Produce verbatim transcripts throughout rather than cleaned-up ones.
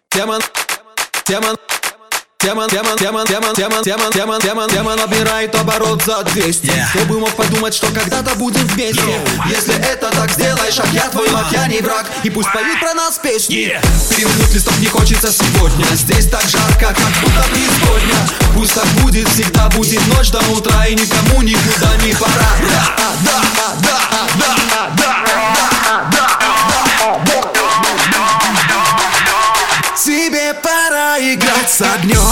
Тема, тема, тема, тема, тема, тема, тема, тема, тема, тема, тема набирает оборот за двести. yeah. Кто бы мог подумать, что когда-то будем вместе. no. Если это так сделаешь, а я твой маг, я не враг. И пусть поют про нас песни. yeah. Перевернуть листок не хочется сегодня. Здесь так жарко, как будто преисподня. Пусть так будет, всегда будет ночь до утра. И никому никуда не пора. Да, да, да, да, да, да, да. Тебе пора играть с огнем.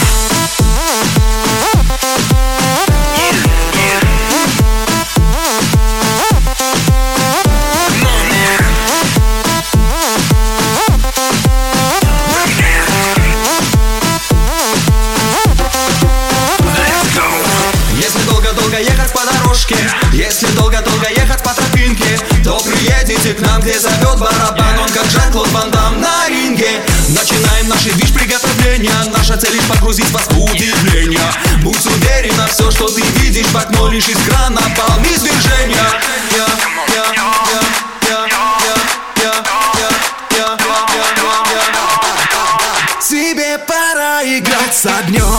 Если долго-долго ехать по дорожке, если долго-долго ехать по тропинке, то приедете к нам, где зовет барабан. Он как Жан-Клод Ван Дамм на ринге. Начинаем наши движ приготовления. Наша цель лишь погрузить вас в удивление. Будь уверена, все, что ты видишь в окно, лишь из крана полны извержения. Я, я, я, я, я, я, я, я, я, я. Тебе пора играть с огнем.